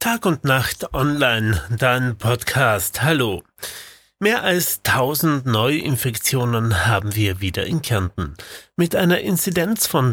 Tag und Nacht online, dein Podcast. Hallo. Mehr als 1000 Neuinfektionen haben wir wieder in Kärnten. Mit einer Inzidenz von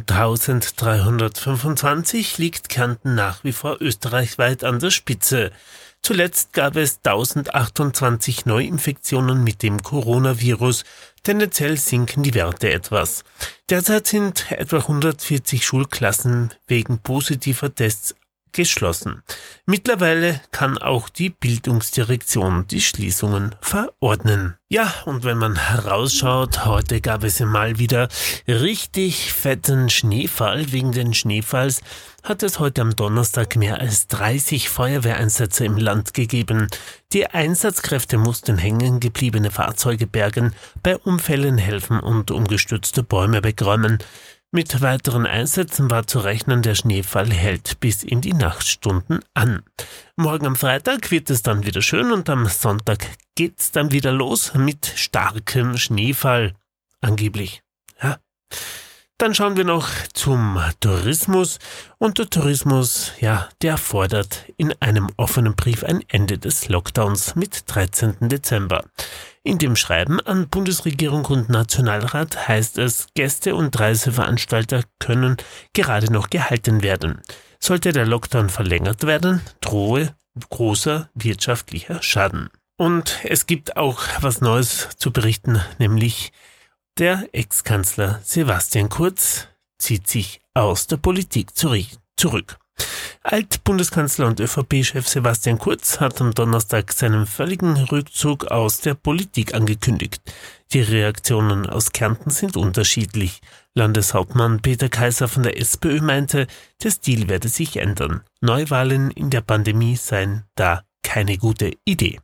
1325 liegt Kärnten nach wie vor österreichweit an der Spitze. Zuletzt gab es 1028 Neuinfektionen mit dem Coronavirus. Tendenziell sinken die Werte etwas. Derzeit sind etwa 140 Schulklassen wegen positiver Tests geschlossen. Mittlerweile kann auch die Bildungsdirektion die Schließungen verordnen. Ja, und wenn man herausschaut, heute gab es mal wieder richtig fetten Schneefall. Wegen den Schneefalls hat es heute am Donnerstag mehr als 30 Feuerwehreinsätze im Land gegeben. Die Einsatzkräfte mussten hängen gebliebene Fahrzeuge bergen, bei Unfällen helfen und umgestürzte Bäume wegräumen. Mit weiteren Einsätzen war zu rechnen, der Schneefall hält bis in die Nachtstunden an. Morgen am Freitag wird es dann wieder schön und am Sonntag geht's dann wieder los mit starkem Schneefall. Angeblich. Ja. Dann schauen wir noch zum Tourismus. Und der Tourismus, der fordert in einem offenen Brief ein Ende des Lockdowns mit 13. Dezember. In dem Schreiben an Bundesregierung und Nationalrat heißt es, Gäste und Reiseveranstalter können gerade noch gehalten werden. Sollte der Lockdown verlängert werden, drohe großer wirtschaftlicher Schaden. Und es gibt auch was Neues zu berichten, nämlich der Ex-Kanzler Sebastian Kurz zieht sich aus der Politik zurück. Alt-Bundeskanzler und ÖVP-Chef Sebastian Kurz hat am Donnerstag seinen völligen Rückzug aus der Politik angekündigt. Die Reaktionen aus Kärnten sind unterschiedlich. Landeshauptmann Peter Kaiser von der SPÖ meinte, der Stil werde sich ändern. Neuwahlen in der Pandemie seien da keine gute Idee.